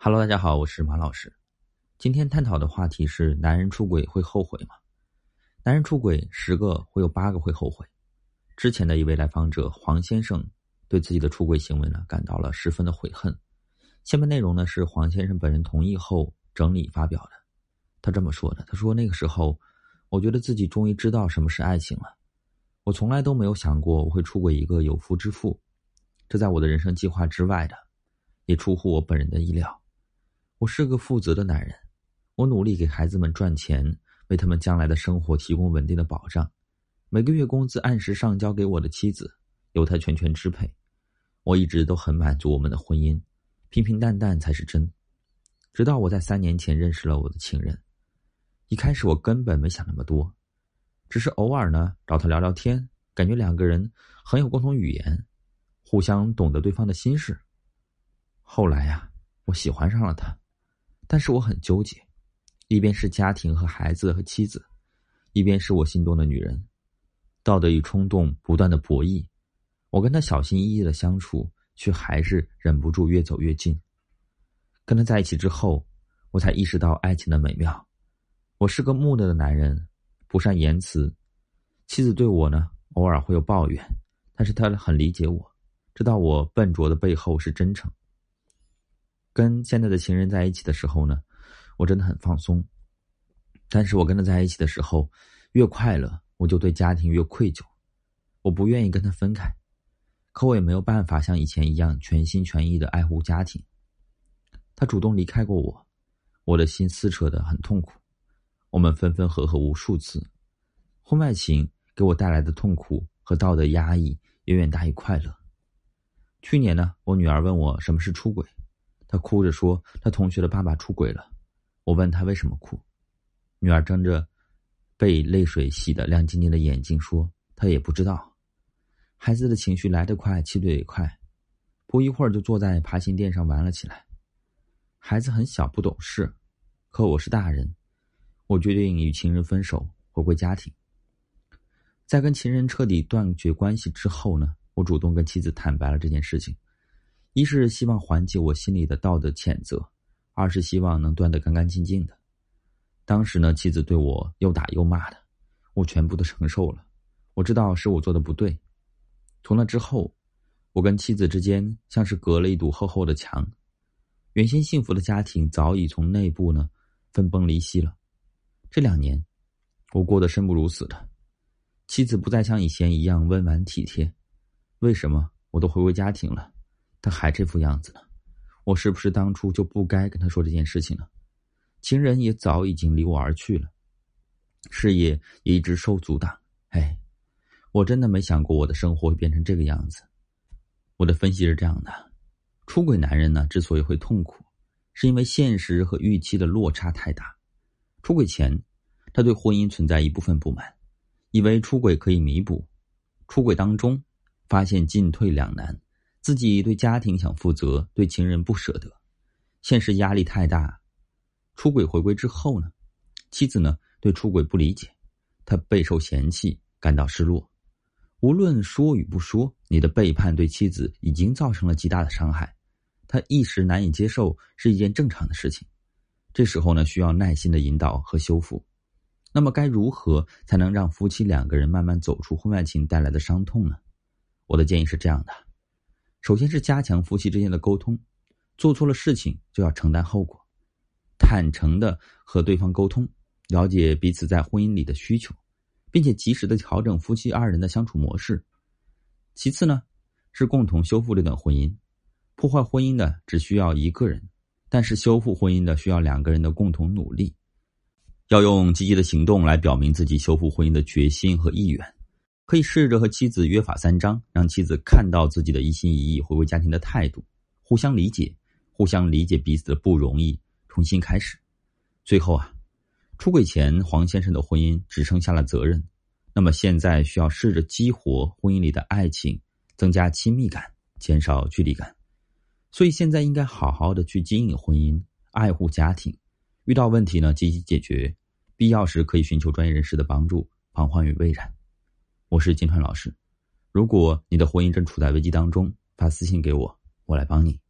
Hello， 大家好，我是马老师。今天探讨的话题是：男人出轨会后悔吗？男人出轨10个会有8个会后悔。之前的一位来访者黄先生对自己的出轨行为感到了十分的悔恨。下面内容是黄先生本人同意后整理发表的。他这么说的，他说那个时候我觉得自己终于知道什么是爱情了。我从来都没有想过我会出轨一个有夫之妇，这在我的人生计划之外的，也出乎我本人的意料。我是个负责的男人，我努力给孩子们赚钱，为他们将来的生活提供稳定的保障。每个月工资按时上交给我的妻子，由她全权支配。我一直都很满足我们的婚姻，平平淡淡才是真。直到我在3年前认识了我的情人，一开始我根本没想那么多，只是偶尔找他聊聊天，感觉两个人很有共同语言，互相懂得对方的心事。后来我喜欢上了他，但是我很纠结，一边是家庭和孩子和妻子，一边是我心中的女人，道德与冲动不断的博弈。我跟他小心翼翼的相处，却还是忍不住越走越近。跟他在一起之后，我才意识到爱情的美妙。我是个木讷的男人，不善言辞，妻子对我偶尔会有抱怨，但是她很理解我，知道我笨拙的背后是真诚。跟现在的情人在一起的时候我真的很放松。但是我跟他在一起的时候，越快乐，我就对家庭越愧疚。我不愿意跟他分开，可我也没有办法像以前一样全心全意的爱护家庭。他主动离开过我，我的心撕扯得很痛苦。我们分分合合无数次，婚外情给我带来的痛苦和道德压抑远远大于快乐。去年我女儿问我什么是出轨，她哭着说她同学的爸爸出轨了。我问她为什么哭，女儿睁着被泪水洗得亮晶晶的眼睛说她也不知道。孩子的情绪来得快，去得也快，不一会儿就坐在爬行垫上玩了起来。孩子很小不懂事，可我是大人，我决定与情人分手，回归家庭。在跟情人彻底断绝关系之后我主动跟妻子坦白了这件事情。一是希望缓解我心里的道德谴责，二是希望能断得干干净净的。当时妻子对我又打又骂的，我全部都承受了。我知道是我做的不对。从那之后，我跟妻子之间像是隔了一堵厚厚的墙。原先幸福的家庭早已从内部分崩离析了。这2年，我过得生不如死的。妻子不再像以前一样温婉体贴。为什么我都回归家庭了，他还这副样子呢？我是不是当初就不该跟他说这件事情呢？情人也早已经离我而去了，事业也一直受阻挡。我真的没想过我的生活会变成这个样子。我的分析是这样的，出轨男人之所以会痛苦，是因为现实和预期的落差太大。出轨前，他对婚姻存在一部分不满，以为出轨可以弥补。出轨当中，发现进退两难，自己对家庭想负责，对情人不舍得，现实压力太大。出轨回归之后妻子对出轨不理解，他备受嫌弃，感到失落。无论说与不说，你的背叛对妻子已经造成了极大的伤害，他一时难以接受是一件正常的事情。这时候需要耐心的引导和修复。那么该如何才能让夫妻2个人慢慢走出婚外情带来的伤痛呢？我的建议是这样的，首先是加强夫妻之间的沟通，做错了事情就要承担后果，坦诚的和对方沟通，了解彼此在婚姻里的需求，并且及时的调整夫妻2人的相处模式。其次是共同修复这段婚姻。破坏婚姻的只需要一个人，但是修复婚姻的需要2个人的共同努力。要用积极的行动来表明自己修复婚姻的决心和意愿。可以试着和妻子约法3章，让妻子看到自己的一心一意回归家庭的态度，互相理解彼此的不容易，重新开始。最后出轨前黄先生的婚姻只剩下了责任，那么现在需要试着激活婚姻里的爱情，增加亲密感，减少距离感。所以现在应该好好的去经营婚姻，爱护家庭，遇到问题积极解决，必要时可以寻求专业人士的帮助，防患于未然。我是金川老师，如果你的婚姻正处在危机当中，发私信给我，我来帮你。